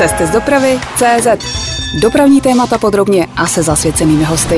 Cesty z dopravy CZ. Dopravní témata podrobně a se zasvěcenými hosty.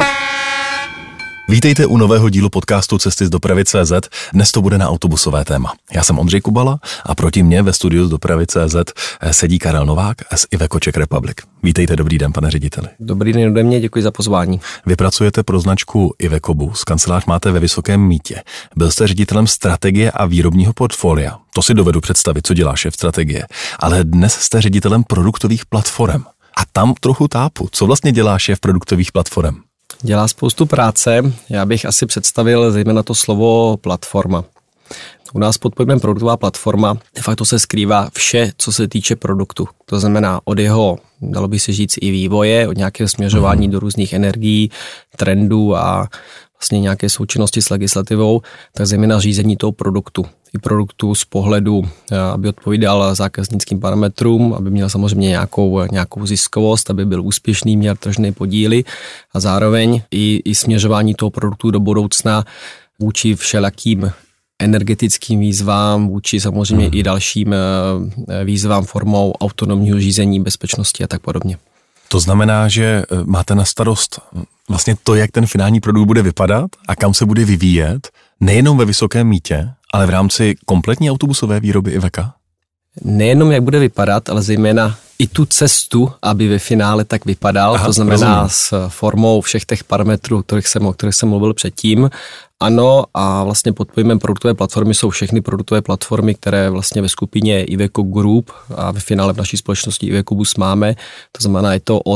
Vítejte u nového dílu podcastu Cesty z dopravy CZ. Dnes to bude na autobusové téma. Já jsem Ondřej Kubala a proti mně ve studiu z dopravy CZ sedí Karel Novák z Iveco Czech Republic. Vítejte, dobrý den, pane řediteli. Dobrý den ode mě, děkuji za pozvání. Vy pracujete pro značku Iveco Bus, kancelář máte ve Vysokém Mýtě. Byl jste ředitelem strategie a výrobního portfolia. To si dovedu představit, co dělá šéf strategie. Ale dnes jste ředitelem produktových platform. A tam trochu tápu. Co vlastně dělá šéf produktových platform? Dělá spoustu práce, já bych asi představil zejména to slovo platforma. U nás pod pojmem produktová platforma de facto se skrývá vše, co se týče produktu. To znamená od jeho, dalo by se říct, i vývoje, od nějakého směřování do různých energií, trendů a vlastně nějaké součinnosti s legislativou, tak zejména řízení toho produktu. I produktu z pohledu, aby odpovídal zákaznickým parametrům, aby měl samozřejmě nějakou ziskovost, aby byl úspěšný, měl tržné podíly a zároveň i směřování toho produktu do budoucna vůči všelakým energetickým výzvám, vůči samozřejmě i dalším výzvám formou autonomního řízení, bezpečnosti a tak podobně. To znamená, že máte na starost vlastně to, jak ten finální produkt bude vypadat a kam se bude vyvíjet, nejenom ve Vysokém Mýtě, ale v rámci kompletní autobusové výroby Iveca? Nejenom jak bude vypadat, ale zejména i tu cestu, aby ve finále tak vypadal, to znamená s formou všech těch parametrů, o kterých jsem mluvil předtím. Ano, a vlastně pod pojmem produktové platformy jsou všechny produktové platformy, které vlastně ve skupině Iveco Group a ve finále v naší společnosti Iveco Bus máme. To znamená, je to od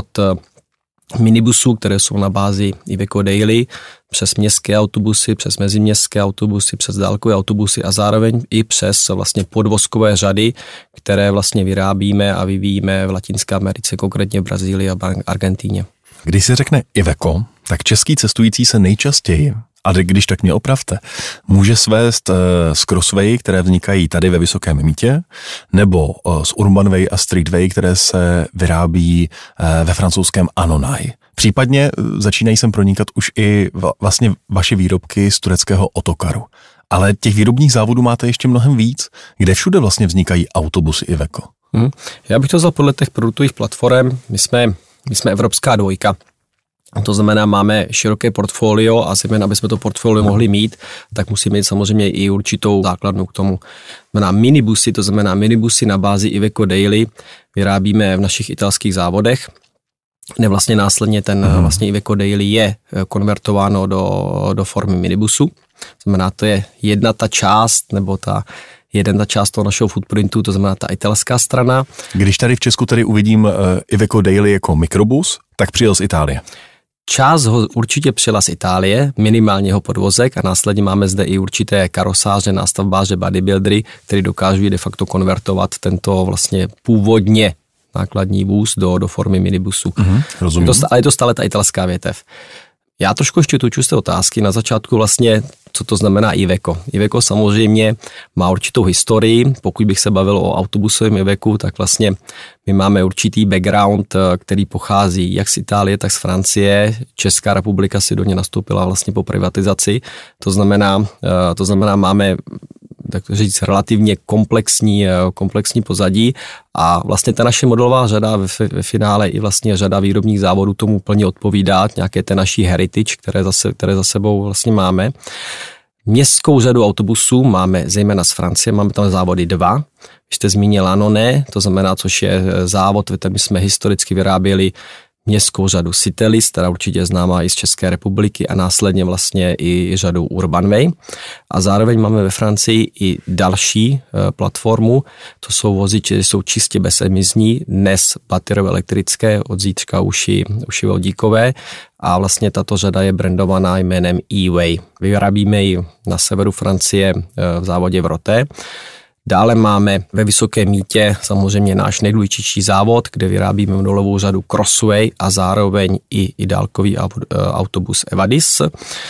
minibusů, které jsou na bázi Iveco Daily, přes městské autobusy, přes meziměstské autobusy, přes dálkové autobusy a zároveň i přes vlastně podvozkové řady, které vlastně vyrábíme a vyvíjíme v Latinské Americe, konkrétně v Brazílii a Argentíně. Když se řekne Iveco, tak český cestující se nejčastěji, a když tak mě opravte, může svést z Crossway, které vznikají tady ve Vysokém Mýtě, nebo z Urbanway a Streetway, které se vyrábí ve francouzském Annonay. Případně začínají sem pronikat už i vlastně vaše výrobky z tureckého Otokaru. Ale těch výrobních závodů máte ještě mnohem víc. Kde všude vlastně vznikají autobusy Iveco? Já bych to vzal podle těch produktových platform. My jsme evropská dvojka. To znamená, máme široké portfolio a zejména, aby jsme to portfolio mohli mít, tak musíme mít samozřejmě i určitou základnu k tomu. To znamená minibusy na bázi Iveco Daily vyrábíme v našich italských závodech, kde vlastně následně ten vlastně Iveco Daily je konvertováno do formy minibusu. Znamená, to je jedna ta část, nebo jedna část toho našeho footprintu, to znamená ta italská strana. Když tady v Česku uvidím Iveco Daily jako mikrobus, tak přijel z Itálie. Část ho určitě přijela z Itálie, minimálně jeho podvozek a následně máme zde i určité karosáře, nástavbáře, bodybuildery, který dokáží de facto konvertovat tento vlastně původně nákladní vůz do formy minibusu. Rozumím. Ale je to stále ta italská větev. Já trošku ještě tuču z té otázky. Na začátku vlastně, co to znamená Iveco. Iveco samozřejmě má určitou historii. Pokud bych se bavil o autobusovém Ivecu, tak vlastně my máme určitý background, který pochází jak z Itálie, tak z Francie. Česká republika si do něj nastoupila vlastně po privatizaci. To znamená máme tak říct relativně komplexní pozadí a vlastně ta naše modelová řada ve finále i vlastně řada výrobních závodů tomu plně odpovídá, nějaké té naší heritage, které za sebou vlastně máme. Městskou řadu autobusů máme zejména z Francie, máme tam závody 2. Když jste zmínil Annonay, to znamená, což je závod, ve kterém jsme historicky vyráběli městskou řadu Citelis, která určitě je známá i z České republiky a následně vlastně i řadu Urbanway. A zároveň máme ve Francii i další platformu, to jsou vozy, které jsou čistě bezemisní, dnes bateriové elektrické, od zítřka už i vodíkové a vlastně tato řada je brandovaná jménem E-Way. Vyrábíme ji na severu Francie v závodě v Roté. Dále máme ve Vysokém Mýtě samozřejmě náš nejdůležitější závod, kde vyrábíme modelovou řadu Crossway a zároveň i dálkový autobus Evadis.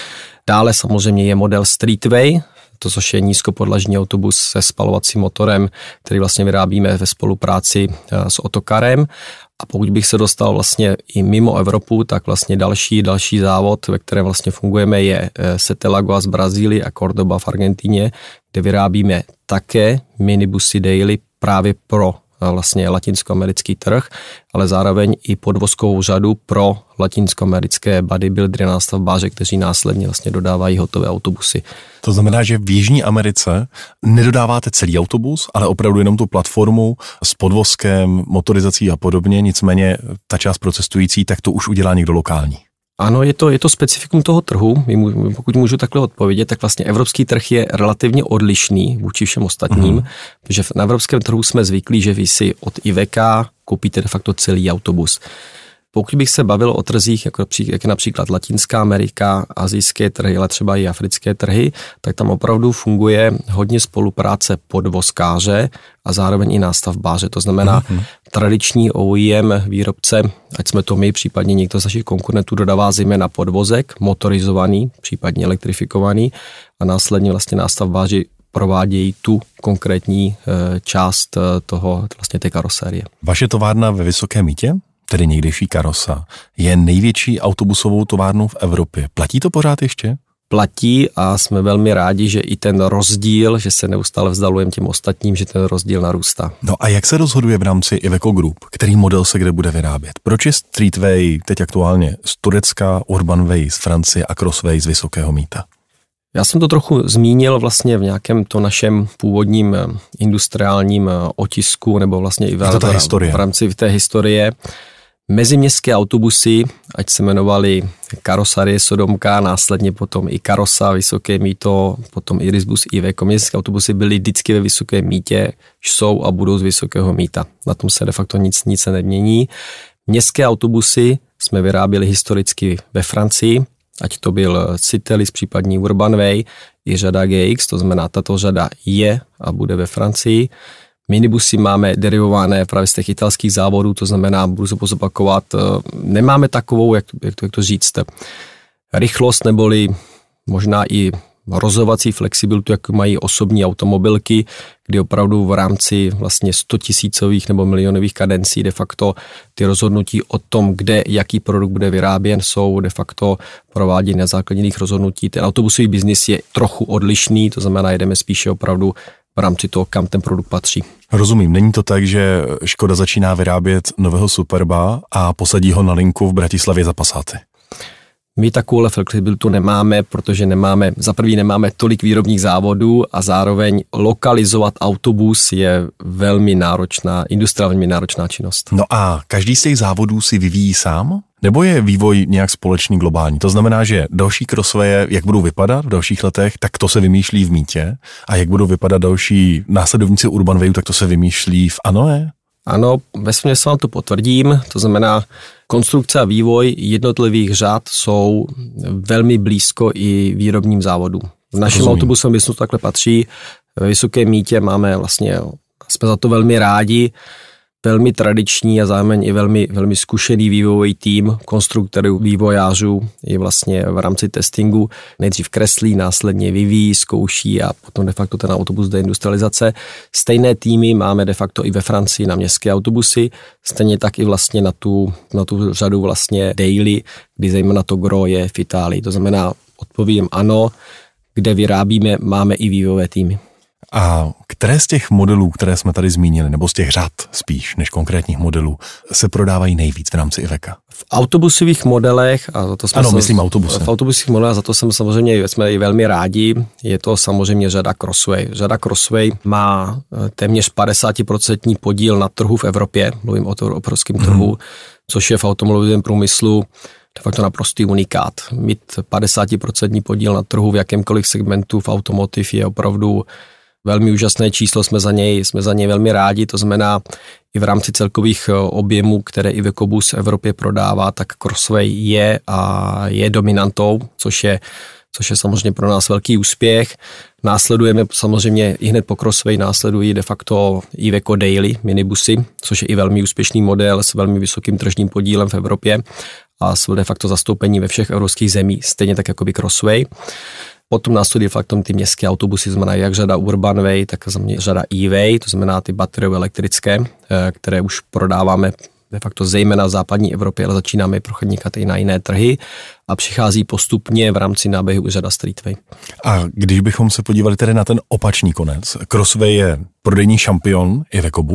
Dále samozřejmě je model Streetway, což je nízkopodlažní autobus se spalovacím motorem, který vlastně vyrábíme ve spolupráci s Otokarem. A pokud bych se dostal vlastně i mimo Evropu, tak vlastně další závod, ve kterém vlastně fungujeme, je Sete Lagoas z Brazílie a Cordoba v Argentíně, kde vyrábíme také minibusy daily právě pro vlastně latinskoamerický trh, ale zároveň i podvozkovou řadu pro latinskoamerické bodybuildery na stavbáře, kteří následně vlastně dodávají hotové autobusy. To znamená, že v Jižní Americe nedodáváte celý autobus, ale opravdu jenom tu platformu s podvozkem, motorizací a podobně, nicméně ta část pro cestující, tak to už udělá někdo lokální. Ano, je to specifikum toho trhu. Pokud můžu takhle odpovědět, tak vlastně evropský trh je relativně odlišný vůči všem ostatním, protože na evropském trhu jsme zvyklí, že vy si od Iveca koupíte de facto celý autobus. Pokud bych se bavil o trzích, jako například Latinská Amerika, asijské trhy, ale třeba i africké trhy, tak tam opravdu funguje hodně spolupráce podvozkáře a zároveň i nástavbáře. To znamená, tradiční OEM výrobce, ať jsme to my, případně někdo z našich konkurentů, dodává zejména podvozek, motorizovaný, případně elektrifikovaný, a následně vlastně nástavbáři provádějí tu konkrétní část toho, vlastně té karosérie. Vaše továrna ve Vysokém Mýtě, tedy někdejší Karosa, je největší autobusovou továrnou v Evropě. Platí to pořád ještě? Platí a jsme velmi rádi, že i ten rozdíl, že se neustále vzdalujeme těm ostatním, že ten rozdíl narůstá. No a jak se rozhoduje v rámci Iveco Group, který model se kde bude vyrábět? Proč je Streetway teď aktuálně z Turecka, Urbanway z Francie a Crossway z Vysokého Mýta? Já jsem to trochu zmínil vlastně v nějakém to našem původním industriálním otisku, nebo vlastně i v rámci té historie. Meziměstské autobusy, ať se jmenovaly Karosarie Sodomka, následně potom i Karosa, Vysoké Mýto, potom Irisbus, Iveco. Městské autobusy byly vždycky ve Vysokém Mýtě, jsou a budou z Vysokého Mýta. Na tom se de facto nic se nemění. Městské autobusy jsme vyráběli historicky ve Francii, ať to byl Citelis, případně Urbanway, i řada GX, to znamená, tato řada je a bude ve Francii. Minibusy máme derivované právě z těch italských závodů, to znamená, budu se pozopakovat, nemáme takovou, jak to říct, rychlost neboli možná i rozhodovací flexibilitu, jak mají osobní automobilky, kdy opravdu v rámci vlastně 100 tisícových nebo milionových kadencí de facto ty rozhodnutí o tom, kde jaký produkt bude vyráběn, jsou de facto prováděny na základě jiných rozhodnutí. Ten autobusový biznis je trochu odlišný, to znamená, jedeme spíše opravdu v rámci toho, kam ten produkt patří. Rozumím, není to tak, že Škoda začíná vyrábět nového Superba a posadí ho na linku v Bratislavě za Passaty? My takovou flexibilitu nemáme, protože za první nemáme tolik výrobních závodů a zároveň lokalizovat autobus je velmi náročná, industriálně náročná činnost. No a každý z těch závodů si vyvíjí sám? Nebo je vývoj nějak společný, globální? To znamená, že další crosswaye, jak budou vypadat v dalších letech, tak to se vymýšlí v Mýtě, a jak budou vypadat další následovníci Urbanwayu, tak to se vymýšlí v Anoe? Ano, vesměs se vám to potvrdím, to znamená, konstrukce a vývoj jednotlivých řad jsou velmi blízko i výrobním závodům. V našem autobusovém biznesu takhle patří. Ve Vysokém Mýtě jsme za to velmi rádi, velmi tradiční a zároveň i velmi zkušený vývojový tým konstruktorů, vývojářů i vlastně v rámci testingu. Nejdřív kreslí, následně vyvíjí, zkouší a potom de facto ten autobus jde industrializace. Stejné týmy máme de facto i ve Francii na městské autobusy, stejně tak i vlastně na tu řadu vlastně daily, kdy zejména to gro je v Itálii. To znamená, odpovím ano, kde vyrábíme, máme i vývojové týmy. A které z těch modelů, které jsme tady zmínili, nebo z těch řad spíš než konkrétních modelů, se prodávají nejvíc v rámci Iveca? V autobusových modelech, a za to jsme myslím autobusy. V autobusových modelech, za to jsme i velmi rádi, je to samozřejmě řada Crossway. Řada Crossway má téměř 50% podíl na trhu v Evropě, mluvím o evropském trhu, což je v automobilovém průmyslu de facto naprostý unikát. Mít 50% podíl na trhu v jakémkoliv segmentu v automotiv je opravdu velmi úžasné číslo, jsme za něj velmi rádi, to znamená i v rámci celkových objemů, které Iveco Bus v Evropě prodává, tak Crossway je dominantou, což je samozřejmě pro nás velký úspěch. Následujeme samozřejmě i hned po Crossway následují de facto Iveco Daily minibusy, což je i velmi úspěšný model s velmi vysokým tržním podílem v Evropě a s de facto zastoupení ve všech evropských zemích, stejně tak jako by Crossway. Potom následují faktem ty městské autobusy, znamená jak řada Urbanway, tak řada E-Way, to znamená ty bateriové elektrické, které už prodáváme de facto zejména v západní Evropě, ale začínáme prochodníkat i na jiné trhy a přichází postupně v rámci náběhu i řada Streetway. A když bychom se podívali tedy na ten opačný konec, Crossway je prodejní šampion Iveco Bus,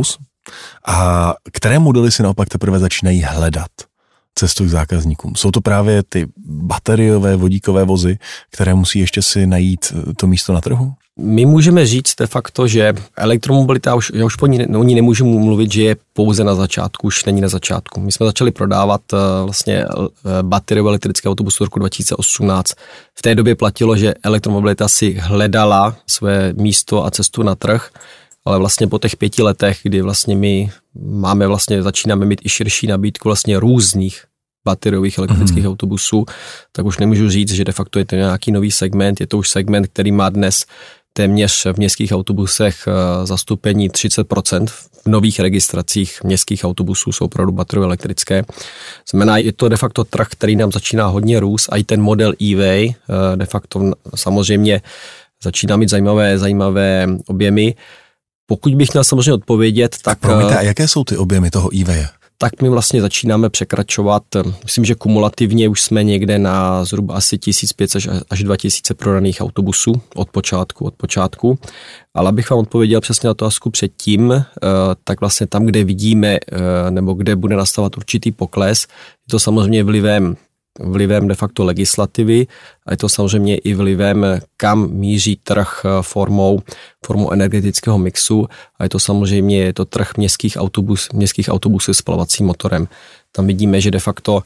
A které modely si naopak teprve začínají hledat cestu k zákazníkům? Jsou to právě ty bateriové vodíkové vozy, které musí ještě si najít to místo na trhu? My můžeme říct de facto, že elektromobilita, já už o ní nemůžu mluvit, že je pouze na začátku, už není na začátku. My jsme začali prodávat vlastně bateriové elektrické autobusy v roku 2018. V té době platilo, že elektromobilita si hledala své místo a cestu na trh, ale vlastně po těch 5 letech, kdy vlastně my začínáme mít i širší nabídku vlastně různých bateriových elektrických autobusů, tak už nemůžu říct, že de facto je to nějaký nový segment, je to už segment, který má dnes téměř v městských autobusech zastoupení 30%. V nových registracích městských autobusů jsou opravdu bateriové elektrické. Znamená, je to de facto trh, který nám začíná hodně růst a i ten model e-way de facto samozřejmě začíná mít zajímavé objemy. Pokud bych měl samozřejmě odpovědět, tak... Promiňte, a jaké jsou ty objemy toho e-waye? Tak my vlastně začínáme překračovat, myslím, že kumulativně už jsme někde na zhruba asi 1500 až 2000 prodaných autobusů od počátku. Ale abych vám odpověděl přesně na to otázku předtím, tak vlastně tam, kde vidíme, nebo kde bude nastavat určitý pokles, je to samozřejmě vlivem de facto legislativy a je to samozřejmě i vlivem, kam míří trh formou energetického mixu a je to samozřejmě trh městských autobusů s spalovacím motorem. Tam vidíme, že de facto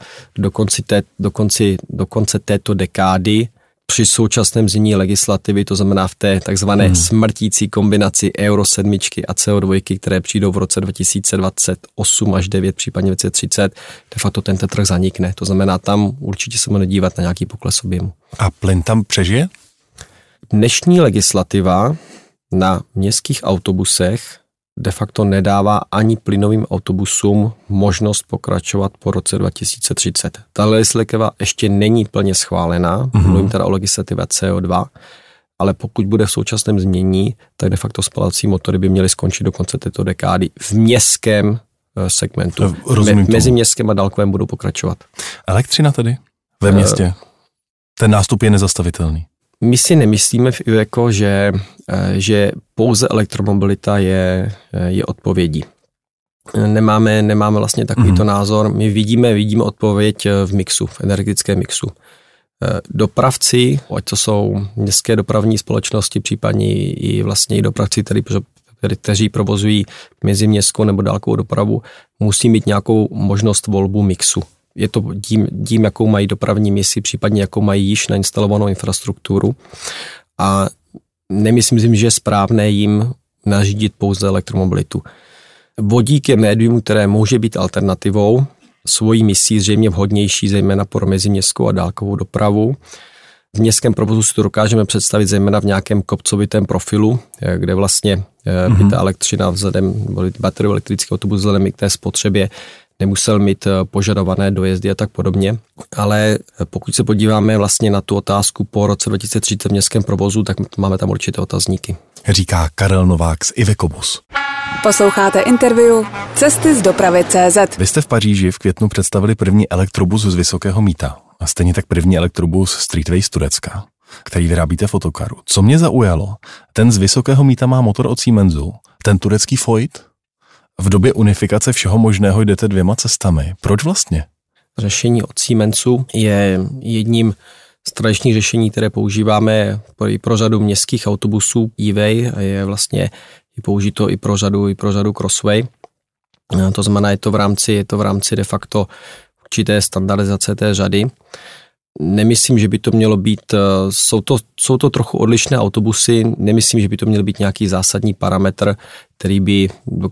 do konce této dekády při současném znění legislativy, to znamená v té takzvané smrtící kombinaci Euro 7 a CO2, které přijdou v roce 2028 až 9, případně 2030, de facto tento trh zanikne. To znamená, tam určitě se můžeme dívat na nějaký pokles objemu. A plyn tam přežije? Dnešní legislativa na městských autobusech de facto nedává ani plynovým autobusům možnost pokračovat po roce 2030. Ta legislativa ještě není plně schválená, mluvím teda o legislativě CO2, ale pokud bude v současném znění, tak de facto spalovací motory by měly skončit do konce této dekády v městském segmentu. Mezi městském a dálkovém budou pokračovat. Elektřina tedy ve městě? Ten nástup je nezastavitelný. My si nemyslíme v Iveco, že pouze elektromobilita je odpovědí. Nemáme vlastně takovýto názor. My vidíme odpověď v mixu, v energetickém mixu. Dopravci, ať to jsou městské dopravní společnosti, případně i vlastně i dopravci, kteří provozují meziměstskou nebo dálkovou dopravu, musí mít nějakou možnost volbu mixu. Je to tím, jakou mají dopravní misi, případně jakou mají již nainstalovanou infrastrukturu. A nemyslím si, že je správné jim nařídit pouze elektromobilitu. Vodík je médium, které může být alternativou. Svojí misí zřejmě vhodnější, zejména pro meziměstskou a dálkovou dopravu. V městském provozu si to dokážeme představit zejména v nějakém kopcovitém profilu, kde vlastně by ta elektřina bateriový elektrický autobus vzhledem k té spotřebě nemusel mít požadované dojezdy a tak podobně. Ale pokud se podíváme vlastně na tu otázku po roce 2030 v městském provozu, tak máme tam určité otazníky. Říká Karel Novák z Iveco Bus. Posloucháte interview Cesty z dopravy.cz. Vy jste v Paříži v květnu představili první elektrobus z vysokého mýta a stejně tak první elektrobus Streetway z Turecka, který vyrábíte v Otokaru. Co mě zaujalo, ten z vysokého mýta má motor od Siemensu, ten turecký Voith. V době unifikace všeho možného jdete 2 cestami. Proč vlastně? Řešení od Siemensu je jedním z tradičních řešení, které používáme pro řadu městských autobusů e-way a je vlastně použito i pro řadu Crossway. To znamená, je to v rámci de facto určité standardizace té řady. Nemyslím, že by to mělo být, jsou to trochu odlišné autobusy, nemyslím, že by to měl být nějaký zásadní parametr, který by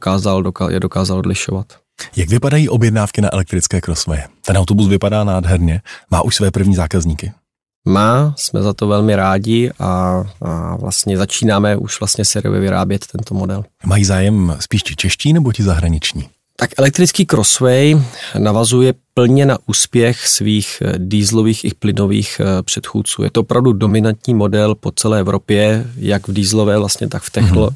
dokázal odlišovat. Jak vypadají objednávky na elektrické Crossway? Ten autobus vypadá nádherně, má už své první zákazníky. Jsme za to velmi rádi a vlastně začínáme už vlastně sériově vyrábět tento model. Mají zájem spíš ti čeští nebo ti zahraniční? Tak elektrický Crossway navazuje plně na úspěch svých dieselových i plynových předchůdců. Je to opravdu dominantní model po celé Evropě, jak v dieselové, vlastně tak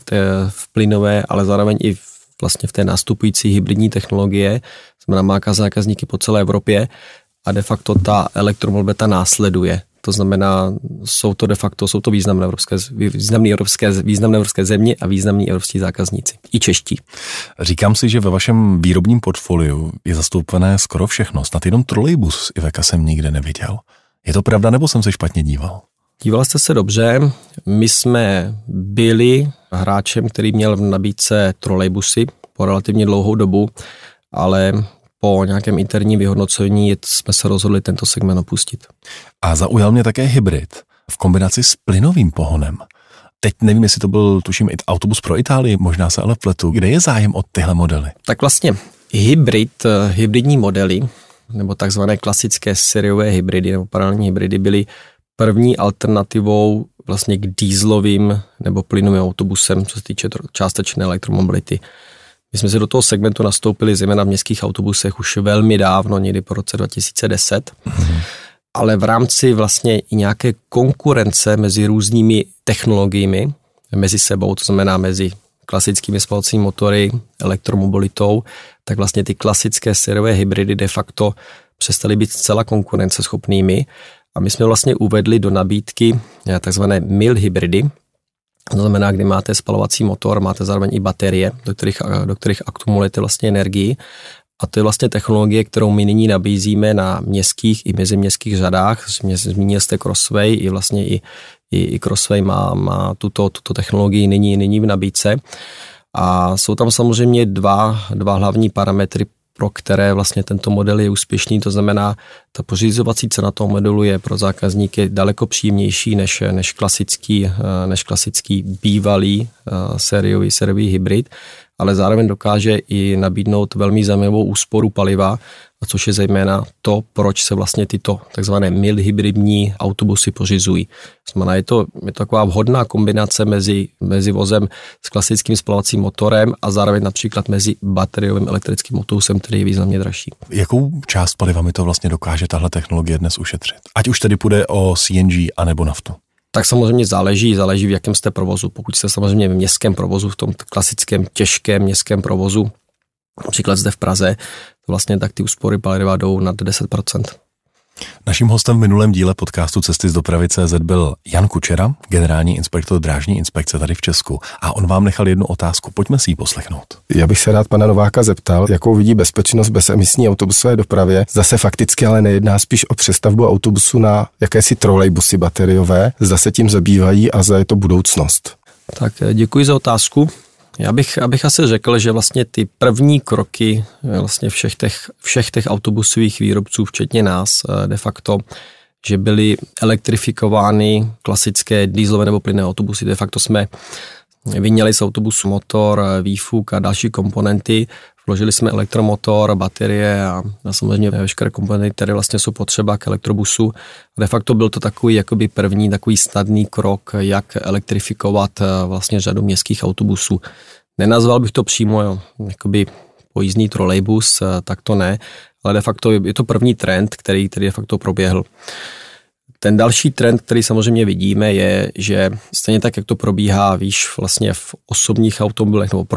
v plynové, ale zároveň i vlastně v té nástupující hybridní technologie. Znamená, má zákazníky po celé Evropě a de facto ta elektromobilita následuje To znamená, jsou to významné evropské země a významní evropští zákazníci. I čeští. Říkám si, že ve vašem výrobním portfoliu je zastoupené skoro všechno. Snad jenom trolejbus z Iveca jsem nikde neviděl. Je to pravda, nebo jsem se špatně díval? Díval jste se dobře. My jsme byli hráčem, který měl v nabídce trolejbusy po relativně dlouhou dobu, ale po nějakém interním vyhodnocení jsme se rozhodli tento segment opustit. A zaujal mě také hybrid v kombinaci s plynovým pohonem. Teď nevím, jestli to byl, tuším, autobus pro Itálii, možná se ale pletu. Kde je zájem o tyhle modely? Tak vlastně hybridní modely, nebo takzvané klasické sériové hybridy nebo paralelní hybridy byly první alternativou vlastně k dieselovým nebo plynovým autobusem, co se týče částečné elektromobility. My jsme se do toho segmentu nastoupili zejména v městských autobusech už velmi dávno, někdy po roce 2010, ale v rámci vlastně i nějaké konkurence mezi různými technologiemi, mezi sebou, to znamená mezi klasickými spalovacími motory, elektromobilitou, tak vlastně ty klasické sériové hybridy de facto přestaly být zcela konkurenceschopnými a my jsme vlastně uvedli do nabídky takzvané mild hybridy. To znamená, kdy máte spalovací motor, máte zároveň i baterie, do kterých akumulujete vlastně energii. A to je vlastně technologie, kterou my nyní nabízíme na městských i meziměstských řadách. Zmínil jste Crossway, i vlastně i Crossway má tuto technologii nyní v nabídce. A jsou tam samozřejmě dva hlavní parametry, pro které vlastně tento model je úspěšný, to znamená, ta pořizovací cena toho modelu je pro zákazníky daleko příjemnější než klasický bývalý sériový hybrid, ale zároveň dokáže i nabídnout velmi zajímavou úsporu paliva, což je zejména to, proč se vlastně tyto takzvané mild hybridní autobusy pořizují. Znamená, je to taková vhodná kombinace mezi vozem s klasickým spalovacím motorem a zároveň například mezi bateriovým elektrickým autobusem, který je významně dražší. Jakou část paliva mi to vlastně dokáže tahle technologie dnes ušetřit? Ať už tedy půjde o CNG anebo naftu. Tak samozřejmě záleží v jakém jste provozu. Pokud jste samozřejmě v městském provozu, v tom klasickém těžkém městském provozu, například zde v Praze, vlastně tak ty úspory paliva jdou nad 10%. Naším hostem v minulém díle podcastu Cesty z dopravy.cz byl Jan Kučera, generální inspektor drážní inspekce tady v Česku. A on vám nechal jednu otázku, pojďme si ji poslechnout. Já bych se rád pana Nováka zeptal, jakou vidí bezpečnost bezemisní autobusové dopravě. Zase fakticky ale nejedná spíš o přestavbu autobusu na jakési trolejbusy bateriové. Zda se tím zabývají a zda je to budoucnost. Tak děkuji za otázku. Abych asi řekl, že vlastně ty první kroky vlastně všech těch autobusových výrobců, včetně nás, de facto, že byly elektrifikovány klasické dieselové nebo plynné autobusy. De facto jsme vyňali z autobusu motor, výfuk a další komponenty, vložili jsme elektromotor, baterie a samozřejmě veškeré komponenty, které vlastně jsou potřeba k elektrobusu. De facto byl to takový jakoby první takový snadný krok, jak elektrifikovat vlastně řadu městských autobusů. Nenazval bych to přímo jakoby pojízdný trolejbus, tak to ne, ale de facto je to první trend, který de facto proběhl. Ten další trend, který samozřejmě vidíme, je, že stejně tak, jak to probíhá, vlastně v osobních automobilech, nebo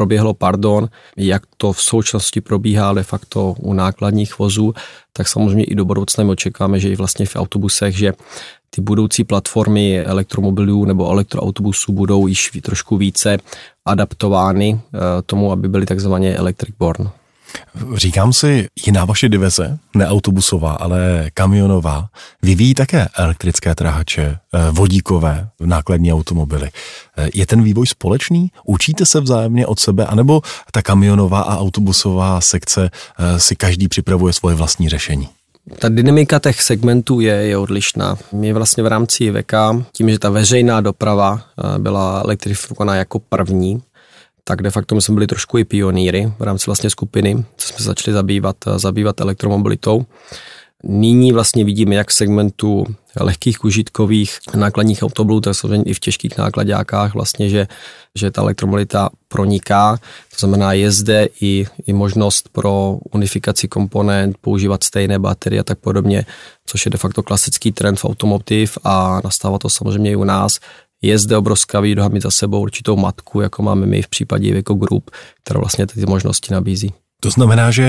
jak to v současnosti probíhá de facto u nákladních vozů, tak samozřejmě i do budoucna očekáváme, že i vlastně v autobusech, že ty budoucí platformy elektromobilů nebo elektroautobusů budou již trošku více adaptovány tomu, aby byly takzvaně electric born. Říkám si, jiná vaše divize, ne autobusová, ale kamionová, vyvíjí také elektrické trhače, vodíkové, nákladní automobily. Je ten vývoj společný? Učíte se vzájemně od sebe, anebo ta kamionová a autobusová sekce si každý připravuje svoje vlastní řešení? Ta dynamika těch segmentů je odlišná. My vlastně v rámci Iveca, tím, že ta veřejná doprava byla elektrifikovaná jako první, tak de facto my jsme byli trošku i pionýry v rámci vlastně skupiny, co jsme začali zabývat elektromobilitou. Nyní vlastně vidíme, jak v segmentu lehkých užitkových nákladních automobilů, tak samozřejmě i v těžkých nákladákách vlastně, že ta elektromobilita proniká. To znamená, je zde i možnost pro unifikaci komponent, používat stejné baterie a tak podobně, což je de facto klasický trend v automotiv a nastává to samozřejmě i u nás. Je zde obrovská výhoda mít za sebou určitou matku, jako máme my v případě Iveco Group, která vlastně ty možnosti nabízí. To znamená, že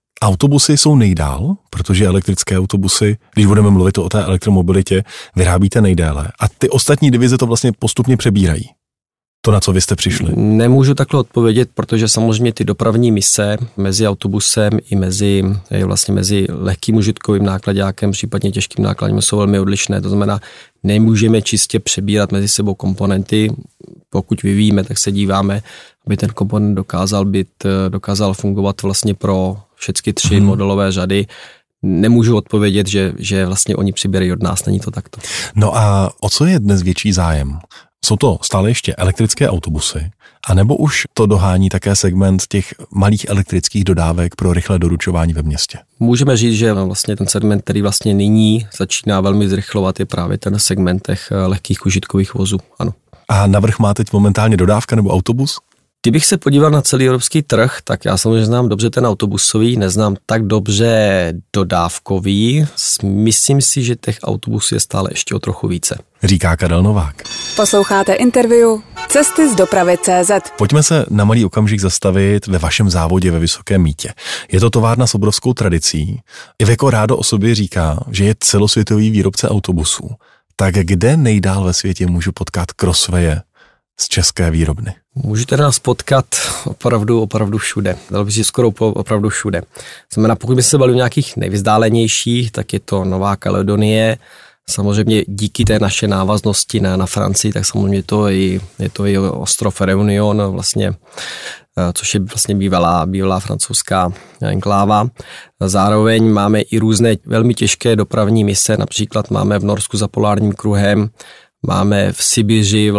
Autobusy jsou nejdál, protože elektrické autobusy, když budeme mluvit o té elektromobilitě, vyrábíte nejdéle. A ty ostatní divize to vlastně postupně přebírají. To, na co vy jste přišli. Nemůžu takhle odpovědět, protože samozřejmě ty dopravní mise mezi autobusem i mezi lehkým užitkovým nákladákem, případně těžkým nákladem jsou velmi odlišné. To znamená, nemůžeme čistě přebírat mezi sebou komponenty. Pokud vyvíjíme, tak se díváme, aby ten komponent dokázal fungovat vlastně pro všechny 3 modelové řady. Nemůžu odpovědět, že vlastně oni přibírají od nás, není to takto. No a o co je dnes větší zájem? Jsou to stále ještě elektrické autobusy, anebo už to dohání také segment těch malých elektrických dodávek pro rychlé doručování ve městě? Můžeme říct, že vlastně ten segment, který vlastně nyní začíná velmi zrychlovat, je právě ten segment těch lehkých užitkových vozů, ano. A navrch má teď momentálně dodávka nebo autobus? Kdybych se podíval na celý evropský trh, tak já samozřejmě znám dobře ten autobusový, neznám tak dobře dodávkový. Myslím si, že těch autobusů je stále ještě o trochu více. Říká Karel Novák. Posloucháte interview Cesty z dopravy.cz. Pojďme se na malý okamžik zastavit ve vašem závodě ve Vysokém Mýtě. Je to továrna s obrovskou tradicí. Iveco rádo o sobě říká, že je celosvětový výrobce autobusů. Tak kde nejdál ve světě můžu potkat Crosswaye z české výrobny? Můžete nás potkat opravdu všude. Dalo by si skoro opravdu všude. Znamená, pokud by se bavili o nějakých nejvzdálenějších, tak je to Nová Kaledonie. Samozřejmě díky té naše návaznosti na Francii, tak samozřejmě je to i ostrov Réunion, vlastně, což je vlastně bývalá francouzská enkláva. Zároveň máme i různé velmi těžké dopravní mise, například máme v Norsku za polárním kruhem, máme v Sibiři,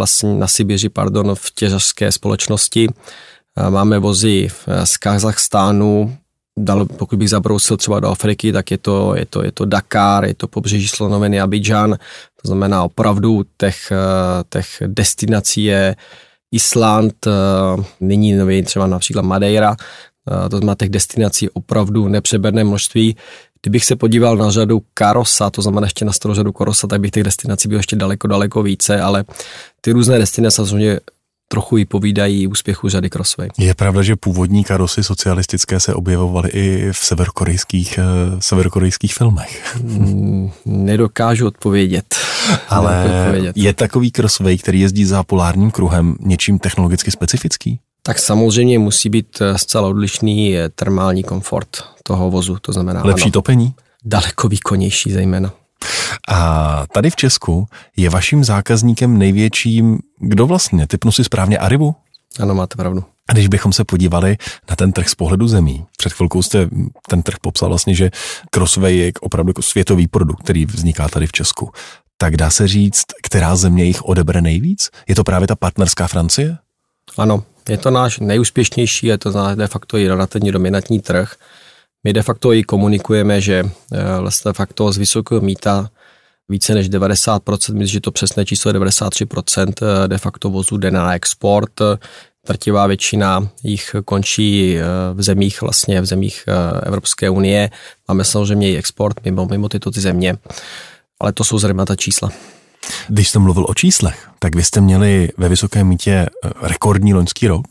v těžařské společnosti, máme vozy z Kazachstánu, pokud bych zabrousil třeba do Afriky, tak je to Dakar, je to pobřeží slonoviny Abidjan, to znamená opravdu těch destinací je Island, nyní nově třeba například Madeira, to znamená těch destinací opravdu nepřeberné množství. Kdybych se podíval na řadu Karosa, to znamená ještě na starou řadu Karosa, tak bych těch destinací byl ještě daleko více, ale ty různé destinace samozřejmě trochu i povídají úspěchu řady Crossway. Je pravda, že původní karosy socialistické se objevovaly i v severokorejských filmech? Nedokážu odpovědět. Ale je takový Crossway, který jezdí za polárním kruhem, něčím technologicky specifický? Tak samozřejmě musí být zcela odlišný termální komfort toho vozu, to znamená lepší topení? Daleko výkonnější zejména. A tady v Česku je vaším zákazníkem největším, kdo vlastně? Typnu si správně Arrivu? Ano, máte pravdu. A když bychom se podívali na ten trh z pohledu zemí, před chvilkou jste ten trh popsal vlastně, že Crossway je opravdu jako světový produkt, který vzniká tady v Česku. Tak dá se říct, která země jich odebere nejvíc? Je to právě ta partnerská Francie? Ano, je to náš nejúspěšnější, je to de facto i relativně dominantní trh. My de facto i komunikujeme, že de facto z Vysokého Mýta více než 90%, myslím, že to přesné číslo je 93% de facto vozů jde na export. Drtivá většina jich končí v zemích Evropské unie. Máme samozřejmě i export mimo tyto země, ale to jsou zřejmě ta čísla. Když jste mluvil o číslech, tak vy jste měli ve Vysokém Mýtě rekordní loňský rok,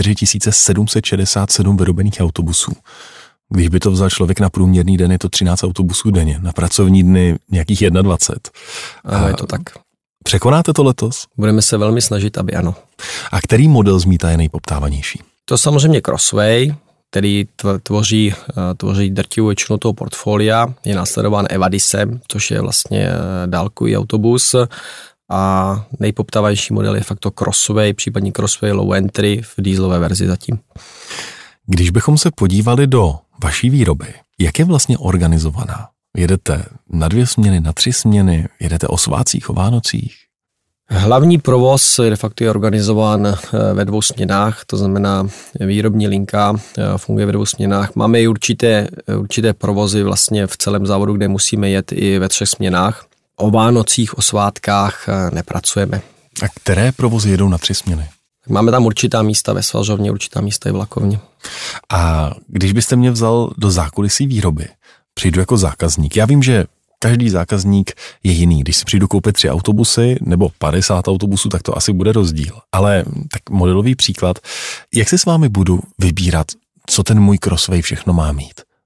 4767 vyrobených autobusů. Když by to vzal člověk na průměrný den, je to 13 autobusů denně, na pracovní dny nějakých 21. Ano, je to tak. Překonáte to letos? Budeme se velmi snažit, aby ano. A který model z Mýta je nejpoptávanější? To samozřejmě Crossway, který tvoří drtivou většinu toho portfolia, je následován Evadisem, což je vlastně dálkový autobus, a nejpoptávanější model je fakt to Crossway, případně Crossway Low Entry v dieselové verzi zatím. Když bychom se podívali do vaší výroby, jak je vlastně organizovaná? Jedete na 2 směny, na 3 směny, jedete o svátcích, o Vánocích? Hlavní provoz je de facto organizován ve 2 směnách, to znamená výrobní linka funguje ve 2 směnách. Máme i určité provozy vlastně v celém závodu, kde musíme jet i ve 3 směnách. O Vánocích, o svátkách nepracujeme. A které provozy jedou na 3 směny? Máme tam určitá místa ve svařovně, určitá místa i v lakovně. A když byste mě vzal do zákulisí výroby, přijdu jako zákazník. Já vím, že každý zákazník je jiný. Když si přijdu koupit 3 autobusy nebo 50 autobusů, tak to asi bude rozdíl. Ale tak modelový příklad, jak si s vámi budu vybírat, co ten můj Crossway všechno má mít?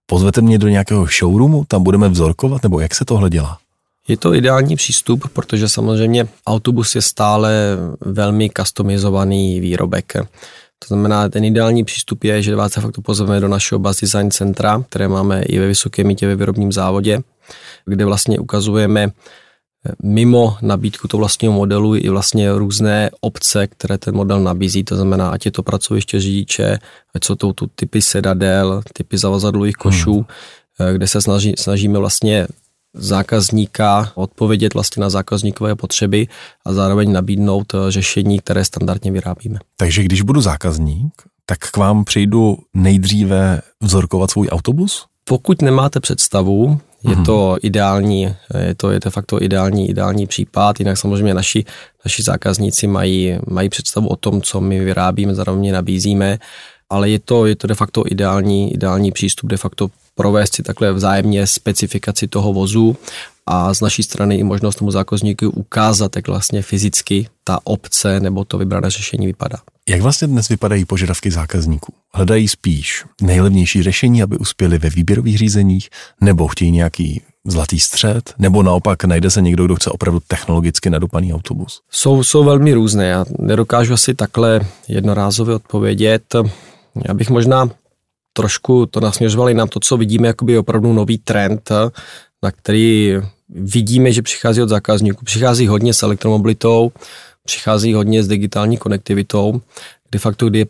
Pozvete mě do nějakého showroomu, tam budeme vzorkovat, nebo jak se tohle dělá? Je to ideální přístup, protože samozřejmě autobus je stále velmi customizovaný výrobek. To znamená, ten ideální přístup je, že vás de facto pozveme do našeho bus design centra, které máme i ve Vysokém Mýtě ve výrobním závodě, kde vlastně ukazujeme mimo nabídku toho vlastního modelu i vlastně různé opce, které ten model nabízí. To znamená, ať je to pracoviště řidiče, ať jsou to tu typy sedadel, typy zavazadlových košů, kde se snažíme vlastně zákazníka odpovědět vlastně na zákazníkové potřeby a zároveň nabídnout řešení, které standardně vyrábíme. Takže když budu zákazník, tak k vám přijdu nejdříve vzorkovat svůj autobus? Pokud nemáte představu, je to ideální, je de facto ideální případ, jinak samozřejmě naši zákazníci mají představu o tom, co my vyrábíme, zároveň nabízíme, ale je to de facto ideální přístup, de facto provést si takhle vzájemně specifikaci toho vozu a z naší strany i možnost tomu zákazníku ukázat, jak vlastně fyzicky ta opce nebo to vybrané řešení vypadá. Jak vlastně dnes vypadají požadavky zákazníků? Hledají spíš nejlevnější řešení, aby uspěli ve výběrových řízeních, nebo chtějí nějaký zlatý střed, nebo naopak najde se někdo, kdo chce opravdu technologicky nadupaný autobus? Jsou velmi různé. Já nedokážu asi takhle jednorázově odpovědět. Já bych možná trošku to nasměřovali na to, co vidíme, jakoby opravdu nový trend, na který vidíme, že přichází od zákazníků. Přichází hodně s elektromobilitou, přichází hodně s digitální konektivitou, de facto, kdy je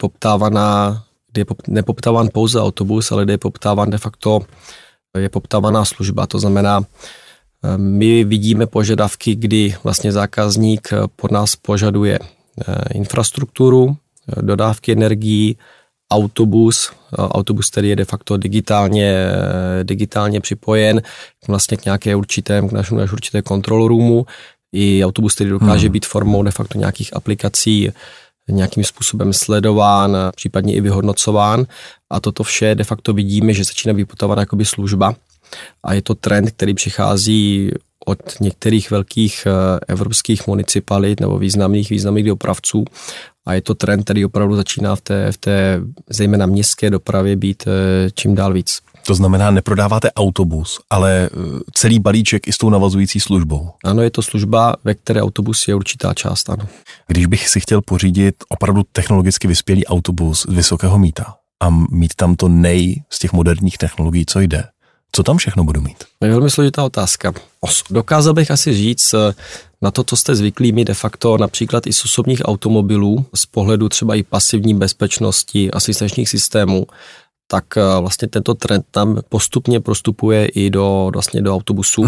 nepoptáván pouze autobus, ale kdy je poptáván de facto je poptávaná služba. To znamená, my vidíme požadavky, kdy vlastně zákazník pod nás požaduje infrastrukturu, dodávky energií, autobus, který je de facto digitálně připojen vlastně k nějaké určité control roomu, i autobus, který dokáže být formou de facto nějakých aplikací nějakým způsobem sledován, případně i vyhodnocován. A toto vše de facto vidíme, že začíná být poptávána jakoby služba. A je to trend, který přichází od některých velkých evropských municipalit nebo významných dopravců. A je to trend, který opravdu začíná v té zejména městské dopravě být čím dál víc. To znamená, neprodáváte autobus, ale celý balíček i s tou navazující službou. Ano, je to služba, ve které autobus je určitá část, ano. Když bych si chtěl pořídit opravdu technologicky vyspělý autobus z Vysokého Mýta a mít tam to z těch moderních technologií, co jde, co tam všechno budu mít? Je velmi složitá otázka. Dokázal bych asi říct na to, co jste zvyklí mít de facto například i z osobních automobilů, z pohledu třeba i pasivní bezpečnosti, asistenčních systémů, tak vlastně tento trend tam postupně prostupuje i do autobusů.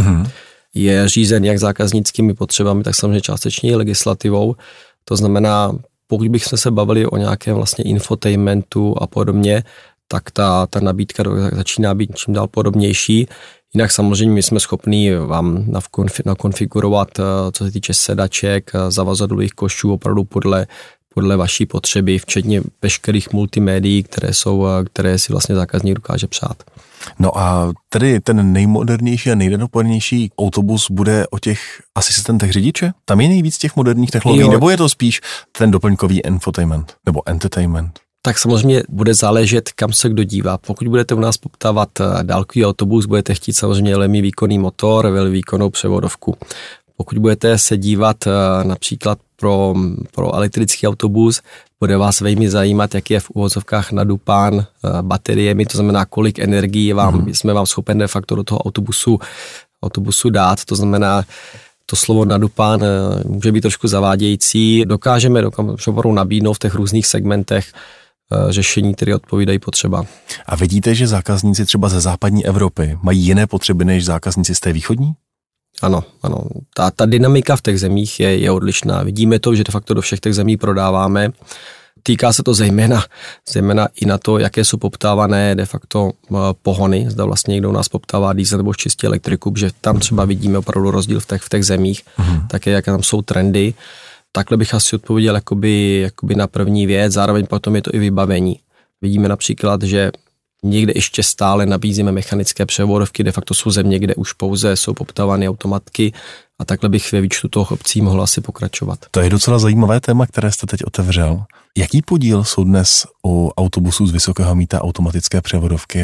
Je řízen jak zákaznickými potřebami, tak samozřejmě částečně i legislativou. To znamená, pokud bychom se bavili o nějakém vlastně infotainmentu a podobně, tak ta nabídka začíná být čím dál podobnější. Jinak samozřejmě my jsme schopní vám nakonfigurovat, co se týče sedaček, zavazadlových košů, opravdu podle vaší potřeby, včetně veškerých multimédií, které si vlastně zákazník dokáže přát. No a tedy ten nejmodernější a nejdopolednější autobus bude o těch asistentech řidiče? Tam je nejvíc těch moderních technologií, nebo je to spíš ten doplňkový infotainment nebo entertainment? Tak samozřejmě bude záležet, kam se kdo dívá. Pokud budete u nás poptávat dálkový autobus, budete chtít samozřejmě velmi výkonný motor, velmi výkonnou převodovku. Pokud budete se dívat například pro elektrický autobus, bude vás velmi zajímat, jak je v uvozovkách nadupán bateriemi, to znamená, kolik energie jsme vám schopen de facto do toho autobusu dát, to znamená, to slovo nadupán může být trošku zavádějící. Dokážeme nabídnout v těch různých segmentech řešení, které odpovídají potřeba. A vidíte, že zákazníci třeba ze západní Evropy mají jiné potřeby než zákazníci z té východní? Ano. Ta dynamika v těch zemích je odlišná. Vidíme to, že de facto do všech těch zemí prodáváme. Týká se to zejména i na to, jaké jsou poptávané de facto pohony. Zda vlastně někdo u nás poptává diesel nebo čistě elektriku, že tam třeba vidíme opravdu rozdíl v těch zemích, také jaké tam jsou trendy. Takhle bych asi odpověděl jakoby na první věc, zároveň potom je to i vybavení. Vidíme například, že někde ještě stále nabízíme mechanické převodovky, de facto jsou země, kde už pouze jsou poptávány automatky a takhle bych ve výčtu toho obcí mohl asi pokračovat. To je docela zajímavé téma, které jste teď otevřel. Jaký podíl jsou dnes u autobusů z Vysokého Mýta automatické převodovky a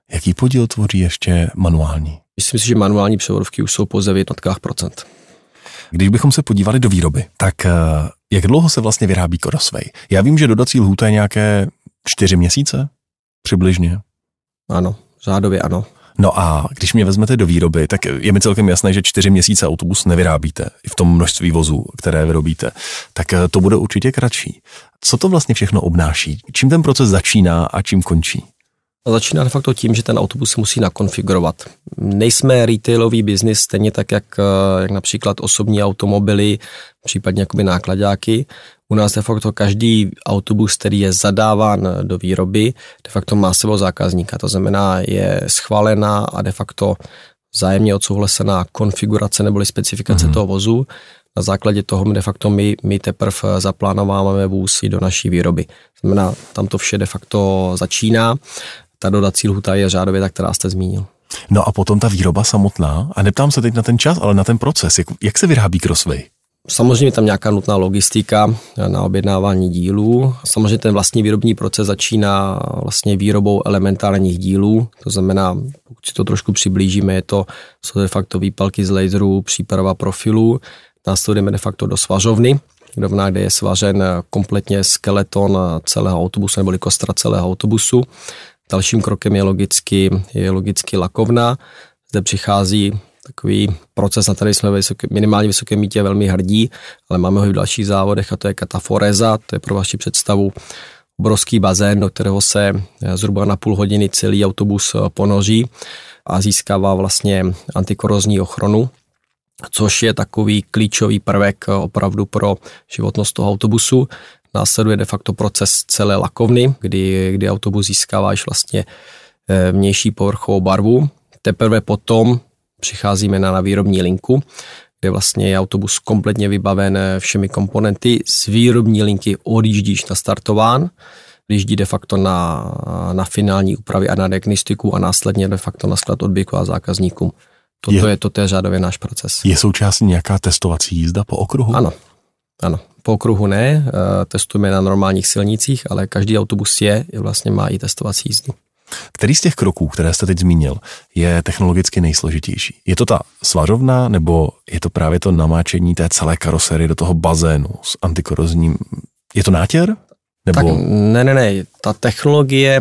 Jaký podíl tvoří ještě manuální? Myslím si, že manuální převodovky už jsou pouze v jednotkách procent. Když bychom se podívali do výroby, tak jak dlouho se vlastně vyrábí Crossway? Já vím, že dodací lhůta je nějaké 4 měsíce přibližně. Ano, řádově ano. No a když mě vezmete do výroby, tak je mi celkem jasné, že 4 měsíce autobus nevyrábíte i v tom množství vozů, které vyrobíte, tak to bude určitě kratší. Co to vlastně všechno obnáší? Čím ten proces začíná a čím končí? Začíná de facto tím, že ten autobus se musí nakonfigurovat. Nejsme retailový biznis, stejně tak, jak například osobní automobily, případně jakoby nákladáky. U nás de facto každý autobus, který je zadáván do výroby, de facto má svého zákazníka. To znamená, je schválená a de facto vzájemně odsouhlasená konfigurace neboli specifikace toho vozu. Na základě toho de facto my teprve zaplánováváme vůz do naší výroby. Znamená, tam to vše de facto začíná. Ta dodací lhůta je řádově ta, která jste zmínil. No a potom ta výroba samotná, a neptám se teď na ten čas, ale na ten proces, jak se vyrábí Crossway? Samozřejmě tam nějaká nutná logistika na objednávání dílů. Samozřejmě ten vlastní výrobní proces začíná vlastně výrobou elementárních dílů, to znamená, pokud si to trošku přiblížíme, jsou de facto výpalky z laserů, příprava profilů, následujeme de facto do svařovny, kde je svařen kompletně skeleton celého autobusu neboli kostra celého autobusu. Dalším krokem je logicky lakovna. Zde přichází takový proces, na který jsme minimálně Vysoké Mýtě velmi hrdí, ale máme ho i v dalších závodech a to je kataforeza, to je pro vaši představu obrovský bazén, do kterého se zhruba na půl hodiny celý autobus ponoří a získává vlastně antikorozní ochranu, což je takový klíčový prvek opravdu pro životnost toho autobusu. Následuje de facto proces celé lakovny, kdy autobus získává již vlastně vnější povrchovou barvu. Teprve potom přicházíme na výrobní linku, kde vlastně je autobus kompletně vybaven všemi komponenty. Z výrobní linky odjíždí již nastartován, odjíždí de facto na finální úpravy a na diagnostiku a následně de facto na sklad odběrku a zákazníkům. Toto je řádově náš proces. Je součástí nějaká testovací jízda po okruhu? Ano. Po okruhu ne, testujeme na normálních silnicích, ale každý autobus vlastně má i testovací jízdu. Který z těch kroků, které jste teď zmínil, je technologicky nejsložitější? Je to ta svařovna, nebo je to právě to namáčení té celé karoserie do toho bazénu s antikorozním? Je to nátěr? Nebo... Tak ne. Ta technologie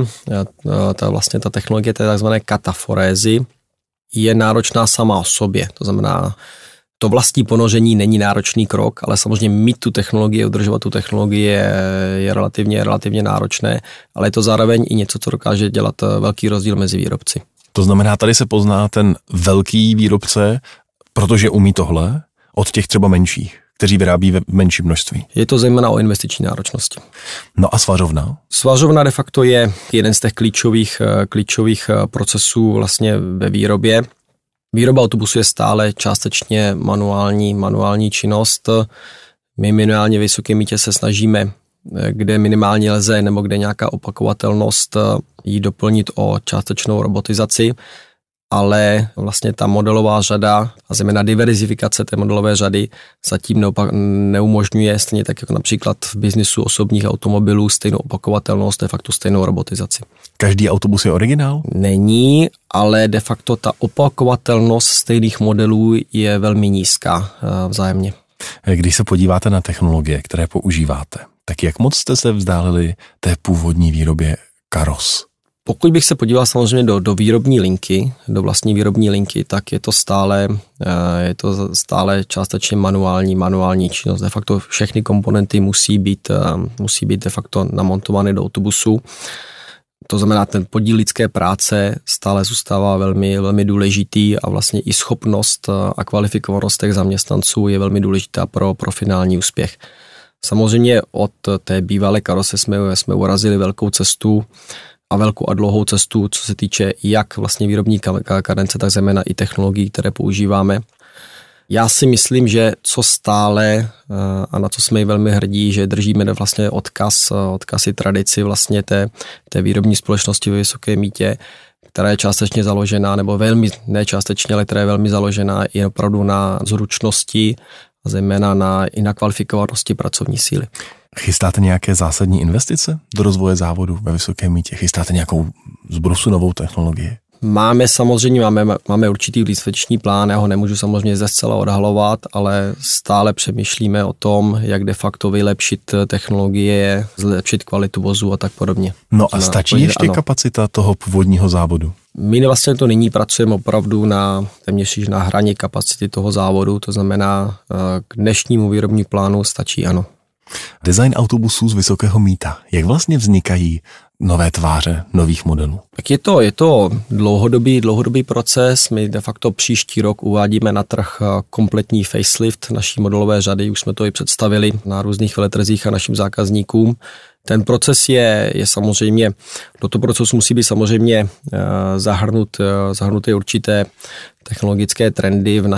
té takzvané kataforézy je náročná sama o sobě. To znamená, to vlastní ponoření není náročný krok, ale samozřejmě mít tu technologii, udržovat tu technologii je relativně náročné, ale je to zároveň i něco, co dokáže dělat velký rozdíl mezi výrobci. To znamená, tady se pozná ten velký výrobce, protože umí tohle, od těch třeba menších, kteří vyrábí v menším množství. Je to zejména o investiční náročnosti. No a svařovna? Svařovna de facto je jeden z těch klíčových procesů vlastně ve výrobě. Výroba autobusu je stále částečně manuální činnost. My minimálně v Vysoké Mýtě se snažíme, kde minimálně lze nebo kde nějaká opakovatelnost, ji doplnit o částečnou robotizaci, ale vlastně ta modelová řada a zejména diverzifikace té modelové řady zatím neumožňuje, stejně tak jako například v biznisu osobních automobilů, stejnou opakovatelnost, de facto stejnou robotizaci. Každý autobus je originál? Není, ale de facto ta opakovatelnost stejných modelů je velmi nízká vzájemně. Když se podíváte na technologie, které používáte, tak jak moc jste se vzdálili té původní výrobě karos? Pokud bych se podíval samozřejmě do výrobní linky, do vlastní výrobní linky, tak je to stále částečně manuální činnost. De facto všechny komponenty musí být de facto namontovány do autobusu. To znamená, ten podíl lidské práce stále zůstává velmi důležitý a vlastně i schopnost a kvalifikovanost těch zaměstnanců je velmi důležitá pro finální úspěch. Samozřejmě od té bývalé karose jsme urazili velkou cestu a velkou a dlouhou cestu, co se týče jak vlastně výrobní kadence, tak zejména i technologií, které používáme. Já si myslím, že co stále a na co jsme i velmi hrdí, že držíme vlastně odkaz i tradici vlastně té výrobní společnosti ve Vysoké Mýtě, která je částečně založená, nebo velmi, ne částečně, ale která je velmi založená i opravdu na zručnosti a zejména i na kvalifikovanosti pracovní síly. Chystáte nějaké zásadní investice do rozvoje závodu ve Vysokém Mýtě? Chystáte nějakou zbrusu novou technologii? Máme určitý investiční plán, já ho nemůžu samozřejmě zde zcela odhalovat, ale stále přemýšlíme o tom, jak de facto vylepšit technologie, zlepšit kvalitu vozu a tak podobně. No a stačí ještě kapacita toho původního závodu? My vlastně to nyní pracujeme opravdu téměř na hraně kapacity toho závodu, to znamená k dnešnímu výrobnímu plánu stačí ano. Design autobusů z Vysokého Mýta. Jak vlastně vznikají nové tváře nových modelů? Tak je to dlouhodobý proces. My de facto příští rok uvádíme na trh kompletní facelift naší modelové řady. Už jsme to i představili na různých veletrzích a našim zákazníkům. Ten proces je samozřejmě, do toho procesu musí být samozřejmě zahrnuty určité technologické trendy v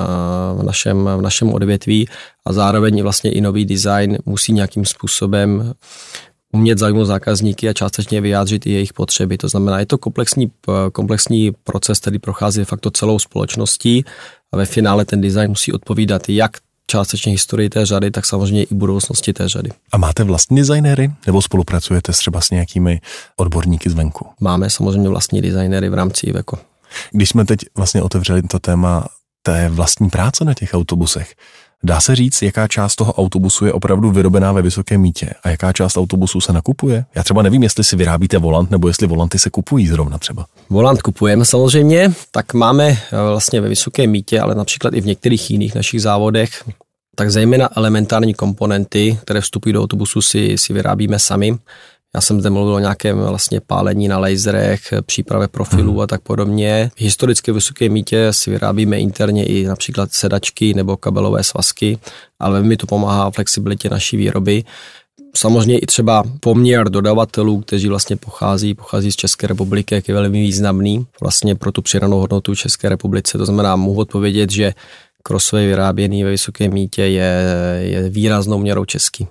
našem odvětví a zároveň vlastně i nový design musí nějakým způsobem umět zaujmout zákazníky a částečně vyjádřit i jejich potřeby. To znamená, je to komplexní proces, který prochází de facto celou společností a ve finále ten design musí odpovídat jak částečně historii té řady, tak samozřejmě i budoucnosti té řady. A máte vlastní designéry nebo spolupracujete třeba s nějakými odborníky zvenku? Máme samozřejmě vlastní designéry v rámci Iveco. Když jsme teď vlastně otevřeli to téma té vlastní práce na těch autobusech, dá se říct, jaká část toho autobusu je opravdu vyrobená ve Vysokém Mýtě a jaká část autobusu se nakupuje? Já třeba nevím, jestli si vyrábíte volant nebo jestli volanty se kupují zrovna třeba. Volant kupujeme samozřejmě, tak máme vlastně ve Vysokém Mýtě, ale například i v některých jiných našich závodech, tak zejména elementární komponenty, které vstupují do autobusu, si vyrábíme sami. Já jsem zde mluvil o nějakém vlastně pálení na laserech, přípravě profilů a tak podobně. Historicky v Vysokém Mýtě si vyrábíme interně i například sedačky nebo kabelové svazky, ale velmi to pomáhá flexibilitě naší výroby. Samozřejmě i třeba poměr dodavatelů, kteří vlastně pochází z České republiky, jak je velmi významný vlastně pro tu přidanou hodnotu České republice. To znamená, mohu odpovědět, že crossway vyráběný ve Vysokém Mýtě je výraznou měrou český.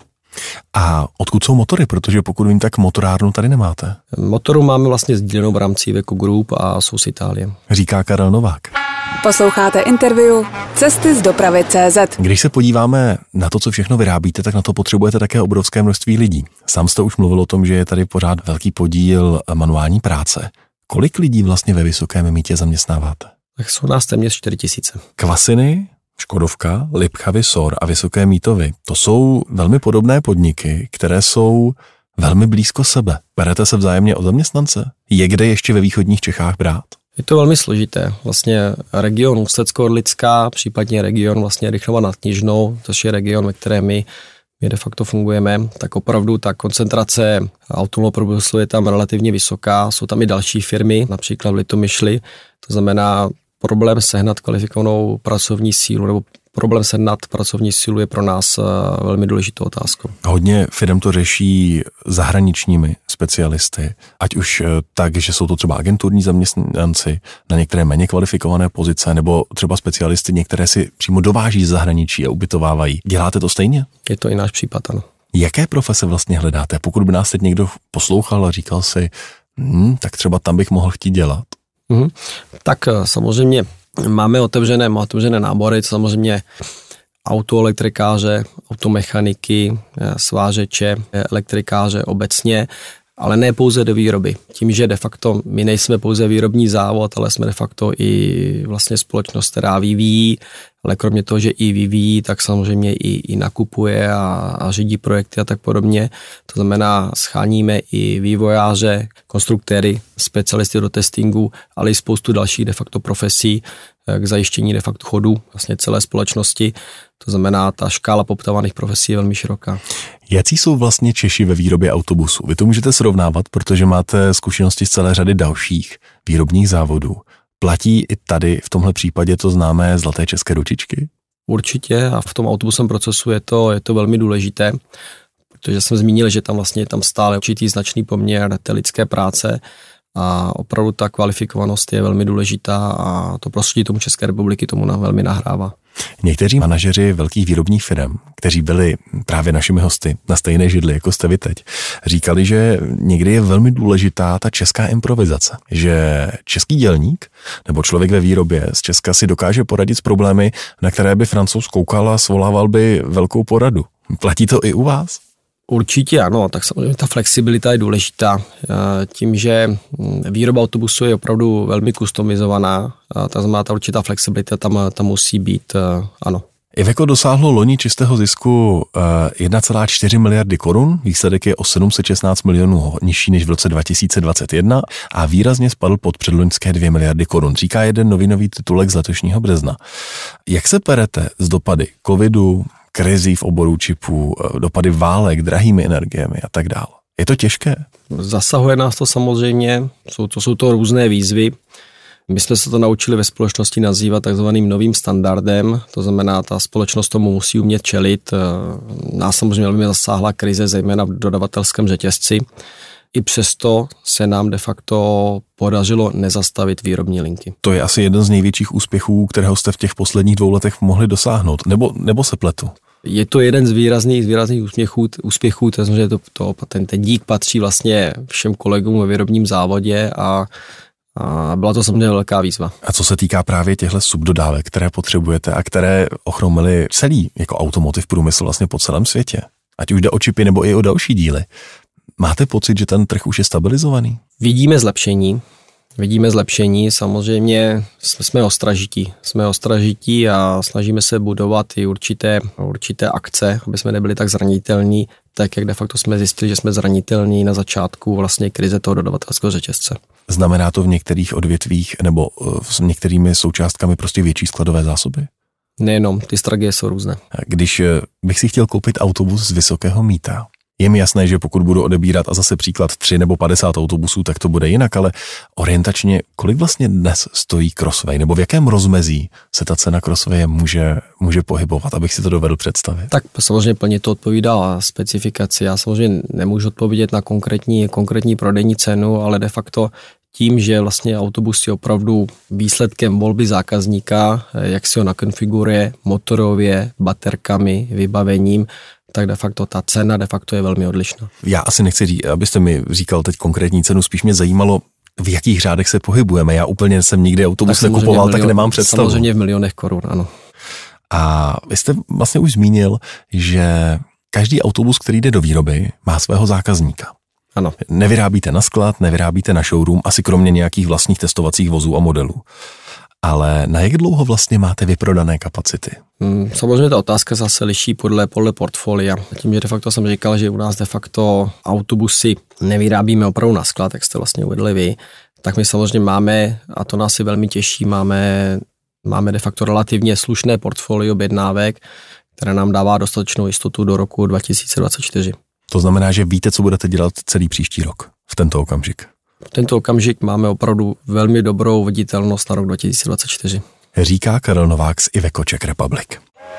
A odkud jsou motory? Protože pokud vím, tak motorárnu tady nemáte. Motoru máme vlastně sdílenou v rámci Iveco Group a jsou z Itálie. Říká Karel Novák. Posloucháte interview Cesty z dopravy.cz. Když se podíváme na to, co všechno vyrábíte, tak na to potřebujete také obrovské množství lidí. Sám jste už mluvil o tom, že je tady pořád velký podíl manuální práce. Kolik lidí vlastně ve Vysokém Mýtě zaměstnáváte? Tak jsou nás téměř 4 000. Kvasiny, Škodovka, Lipchavy, SOR a Vysoké Mýtovy. To jsou velmi podobné podniky, které jsou velmi blízko sebe. Berete se vzájemně o zaměstnance? Je kde ještě ve východních Čechách brát? Je to velmi složité. Vlastně region Ústecko-Orlická, případně region vlastně Rychnova nad Kněžnou, což je region, ve kterém my de facto fungujeme, tak opravdu ta koncentrace automobilového průmyslu je tam relativně vysoká. Jsou tam i další firmy, například v Litomyšli. To znamená, problém sehnat kvalifikovanou pracovní sílu nebo problém sehnat pracovní sílu je pro nás velmi důležitou otázkou. Hodně firm to řeší zahraničními specialisty, ať už tak, že jsou to třeba agenturní zaměstnanci na některé méně kvalifikované pozice, nebo třeba specialisty, některé si přímo dováží z zahraničí a ubytovávají. Děláte to stejně? Je to i náš případ, ano. Jaké profese vlastně hledáte? Pokud by nás teď někdo poslouchal a říkal si, tak třeba tam bych mohl chtít dělat. Tak samozřejmě máme otevřené nábory, samozřejmě autoelektrikáře, automechaniky, svářeče, elektrikáře obecně, ale ne pouze do výroby. Tím, že de facto my nejsme pouze výrobní závod, ale jsme de facto i vlastně společnost, která vyvíjí, ale kromě toho, že i vyvíjí, tak samozřejmě i nakupuje a řídí projekty a tak podobně. To znamená, scháníme i vývojáře, konstruktéry, specialisty do testingu, ale i spoustu dalších de facto profesí k zajištění de facto chodu vlastně celé společnosti. To znamená, ta škála poptávaných profesí je velmi široká. Jaký jsou vlastně Češi ve výrobě autobusů? Vy to můžete srovnávat, protože máte zkušenosti z celé řady dalších výrobních závodů. Platí i tady v tomhle případě to známé zlaté české ručičky? Určitě a v tom autobusovém procesu je to velmi důležité, protože jsem zmínil, že tam vlastně je tam stále určitý značný poměr té lidské práce a opravdu ta kvalifikovanost je velmi důležitá a to prostředí tomu České republiky tomu velmi nahrává. Někteří manažeři velkých výrobních firm, kteří byli právě našimi hosty na stejné židli, jako jste vy teď, říkali, že někdy je velmi důležitá ta česká improvizace, že český dělník nebo člověk ve výrobě z Česka si dokáže poradit s problémy, na které by Francouz koukal a svolával by velkou poradu. Platí to i u vás? Určitě ano, tak samozřejmě ta flexibilita je důležitá. Tím, že výroba autobusu je opravdu velmi customizovaná, ta znamená, ta určitá flexibilita tam musí být, ano. Iveco dosáhlo loni čistého zisku 1,4 miliardy korun, výsledek je o 716 milionů nižší než v roce 2021 a výrazně spadl pod předloňské 2 miliardy korun, říká jeden novinový titulek z letošního března. Jak se perete z dopady covidu, krizí v oboru čipů, dopady válek, drahými energiemi a tak dále? Je to těžké? Zasahuje nás to samozřejmě, jsou to různé výzvy. My jsme se to naučili ve společnosti nazývat takzvaným novým standardem, to znamená, ta společnost tomu musí umět čelit. Nás samozřejmě velmi zasáhla krize, zejména v dodavatelském řetězci. I přesto se nám de facto podařilo nezastavit výrobní linky. To je asi jeden z největších úspěchů, kterého jste v těch posledních 2 letech mohli dosáhnout, nebo se pletu? Je to jeden z výrazných úspěchů, ten dík patří vlastně všem kolegům ve výrobním závodě a byla to samozřejmě velká výzva. A co se týká právě těchto subdodávek, které potřebujete a které ochromily celý jako automotiv průmysl vlastně po celém světě, ať už jde o čipy nebo i o další díly, máte pocit, že ten trh už je stabilizovaný? Vidíme zlepšení, samozřejmě jsme ostražití a snažíme se budovat i určité akce, aby jsme nebyli tak zranitelní, tak jak de facto jsme zjistili, že jsme zranitelní na začátku vlastně krize toho dodavatelského řetězce. Znamená to v některých odvětvích nebo s některými součástkami prostě větší skladové zásoby? Nejenom, ty strategie jsou různé. Když bych si chtěl koupit autobus z vysokého mýta, je mi jasné, že pokud budu odebírat a zase příklad 3 nebo 50 autobusů, tak to bude jinak, ale orientačně, kolik vlastně dnes stojí Crossway, nebo v jakém rozmezí se ta cena Crosswaye může pohybovat, abych si to dovedl představit? Tak samozřejmě plně to odpovídá specifikaci. Já samozřejmě nemůžu odpovědět na konkrétní prodejní cenu, ale de facto tím, že vlastně autobus je opravdu výsledkem volby zákazníka, jak si ho nakonfiguruje motorově, baterkami, vybavením, tak de facto ta cena de facto je velmi odlišná. Já asi nechci říct, abyste mi říkal teď konkrétní cenu, spíš mě zajímalo, v jakých řádech se pohybujeme. Já úplně jsem nikdy autobus nekupoval, tak nemám představu. Samozřejmě v milionech korun, ano. A vy jste vlastně už zmínil, že každý autobus, který jde do výroby, má svého zákazníka. Ano. Nevyrábíte na sklad, nevyrábíte na showroom, asi kromě nějakých vlastních testovacích vozů a modelů. Ale na jak dlouho vlastně máte vyprodané kapacity? Samozřejmě ta otázka zase liší podle portfolia. Tím, že de facto jsem říkal, že u nás de facto autobusy nevyrábíme opravdu na sklad, jak jste vlastně uvedli vy, tak my samozřejmě máme, a to nás si velmi těší, máme de facto relativně slušné portfolio objednávek, které nám dává dostatečnou jistotu do roku 2024. To znamená, že víte, co budete dělat celý příští rok v tento okamžik? V tento okamžik máme opravdu velmi dobrou viditelnost na rok 2024. Říká Karel Novák z Iveco Czech Republic.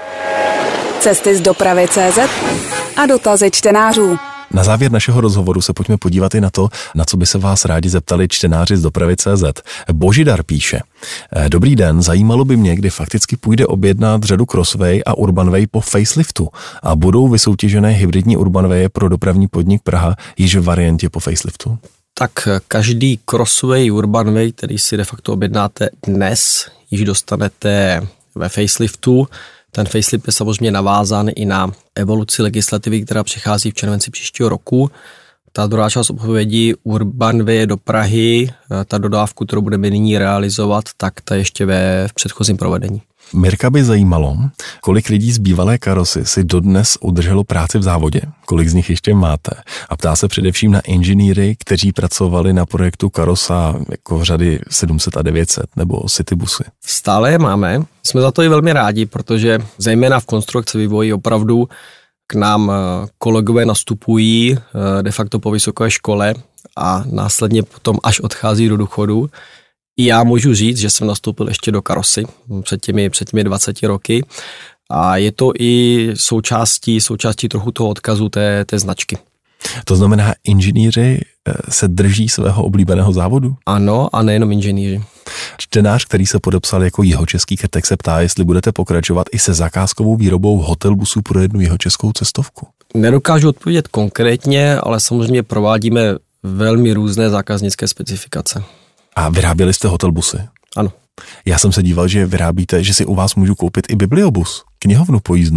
Cesty z dopravy.cz a dotazy čtenářů. Na závěr našeho rozhovoru se pojďme podívat i na to, na co by se vás rádi zeptali čtenáři z dopravy.cz. Božidar píše: Dobrý den, zajímalo by mě, kdy fakticky půjde objednat řadu Crossway a Urbanway po faceliftu a budou vysoutěžené hybridní Urbanwaye pro dopravní podnik Praha již v variantě po faceliftu? Tak každý Crossway, Urbanway, který si de facto objednáte dnes, již dostanete ve faceliftu. Ten facelift je samozřejmě navázán i na evoluci legislativy, která přichází v červenci příštího roku. Ta druhá část odpovědi Urbanway do Prahy, ta dodávku, kterou budeme nyní realizovat, tak ta ještě v předchozím provedení. Mirka by zajímalo, kolik lidí z bývalé Karosy si dodnes udrželo práci v závodě, kolik z nich ještě máte. A ptá se především na inženýry, kteří pracovali na projektu Karosa jako řady 700 a 900 nebo Citybusy. Stále je máme. Jsme za to i velmi rádi, protože zejména v konstrukci vývoji opravdu k nám kolegové nastupují de facto po vysoké škole a následně potom až odchází do důchodu. I já můžu říct, že jsem nastoupil ještě do Karosy před těmi 20 roky a je to i součástí trochu toho odkazu té značky. To znamená, inženýři se drží svého oblíbeného závodu? Ano, a nejenom inženýři. Čtenář, který se podepsal jako jihočeský krtek, se ptá, jestli budete pokračovat i se zakázkovou výrobou hotelbusů pro jednu jihočeskou cestovku. Nedokážu odpovědět konkrétně, ale samozřejmě provádíme velmi různé zákaznické specifikace. A vyráběli jste hotelbusy? Ano. Já jsem se díval, že vyrábíte, že si u vás můžu koupit i bibliobus, knihovnu pojízdnou.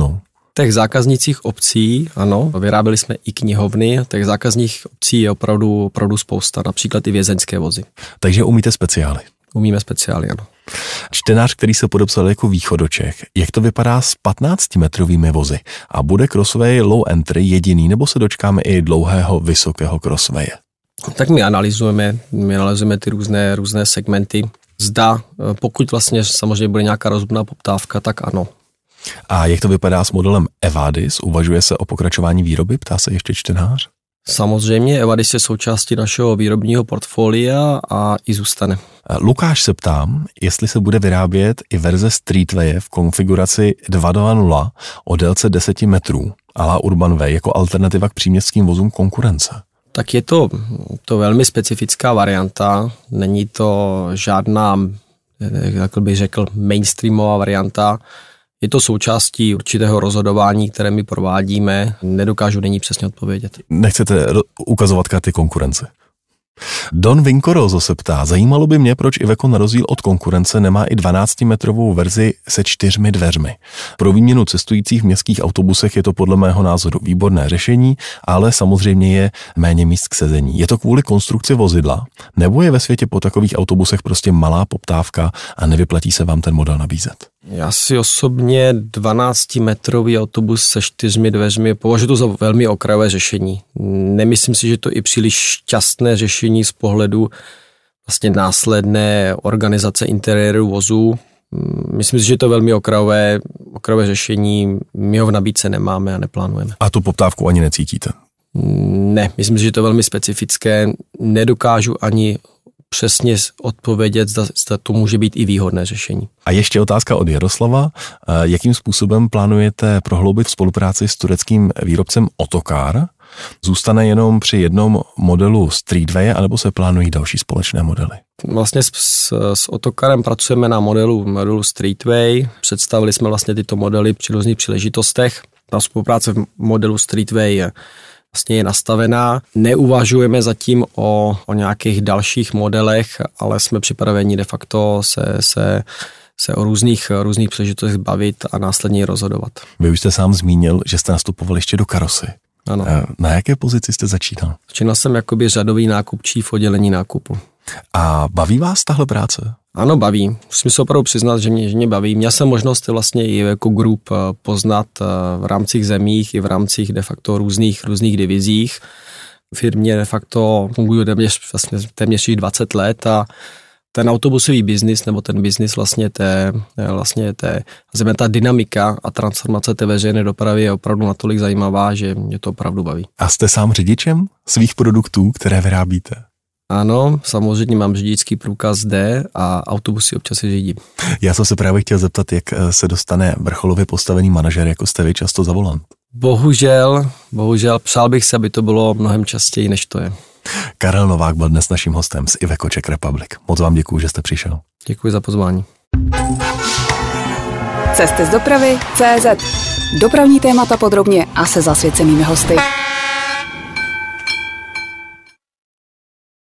Těch zákaznících obcí, ano, vyráběli jsme i knihovny, těch zákazních obcí je opravdu spousta, například i vězeňské vozy. Takže umíte speciály? Umíme speciály, ano. Čtenář, který se podepsal jako Východočech, jak to vypadá s 15-metrovými vozy? A bude Crossway low entry jediný, nebo se dočkáme i dlouhého, vysokého Crosswaye? Tak my analyzujeme ty různé segmenty. Zda, pokud vlastně samozřejmě bude nějaká rozumná poptávka, tak ano. A jak to vypadá s modelem Evadis? Uvažuje se o pokračování výroby? Ptá se ještě čtenář. Samozřejmě, Evadis je součástí našeho výrobního portfolia a i zůstane. Lukáš se ptám, jestli se bude vyrábět i verze Streetwaye v konfiguraci 2.2.0 o délce 10 metrů, à la Urban Way, jako alternativa k příměstským vozům konkurence. Tak je to velmi specifická varianta, není to žádná, jak bych řekl, mainstreamová varianta. Je to součástí určitého rozhodování, které my provádíme. Nedokážu nyní přesně odpovědět. Nechcete ukazovat karty konkurence? Don Vincoroso se ptá, zajímalo by mě, proč Iveco na rozdíl od konkurence nemá i 12-metrovou verzi se 4 dveřmi. Pro výměnu cestujících v městských autobusech je to podle mého názoru výborné řešení, ale samozřejmě je méně míst k sezení. Je to kvůli konstrukci vozidla, nebo je ve světě po takových autobusech prostě malá poptávka a nevyplatí se vám ten model nabízet? Já si osobně 12-metrový autobus se 4 dveřmi považuji to za velmi okrajové řešení. Nemyslím si, že to je příliš šťastné řešení z pohledu vlastně následné organizace interiéru vozů. Myslím si, že to je velmi okrajové řešení. My ho v nabídce nemáme a neplánujeme. A tu poptávku ani necítíte? Ne, myslím si, že to je velmi specifické. Nedokážu ani přesně odpovědět, zda to může být i výhodné řešení. A ještě otázka od Jaroslava. Jakým způsobem plánujete prohloubit spolupráci s tureckým výrobcem Otokar? Zůstane jenom při jednom modelu Streetwaye, anebo se plánují další společné modely? Vlastně s Otokarem pracujeme na modelu Streetway. Představili jsme vlastně tyto modely při různých příležitostech. Ta spolupráce v modelu Streetway je nastavená. Neuvažujeme zatím o nějakých dalších modelech, ale jsme připraveni de facto se o různých příležitostech bavit a následně rozhodovat. Vy už jste sám zmínil, že jste nastupoval ještě do karosy. Ano. Na jaké pozici jste začínal? Začínal jsem jakoby řadový nákupčí v oddělení nákupu. A baví vás tahle práce? Ano, baví. Musím se opravdu přiznat, že mě baví. Měl jsem možnost vlastně i jako group poznat v rámci zemích i v rámci de facto různých divizích. V firmě de facto fungují téměř 20 let a ten autobusový biznis nebo ten biznis ta dynamika a transformace té veřejné dopravy je opravdu natolik zajímavá, že mě to opravdu baví. A jste sám řidičem svých produktů, které vyrábíte? Ano, samozřejmě mám řidičský průkaz D a autobusy občas si řídím. Já jsem se právě chtěl zeptat, jak se dostane vrcholově postavený manažer, jako jste vy, často za volant. Bohužel, přál bych se, aby to bylo mnohem častěji, než to je. Karel Novák byl dnes naším hostem z Iveco Czech Republic. Moc vám děkuju, že jste přišel. Děkuji za pozvání. Cesty z dopravy CZ. Dopravní témata podrobně a se zasvěcenými hosty.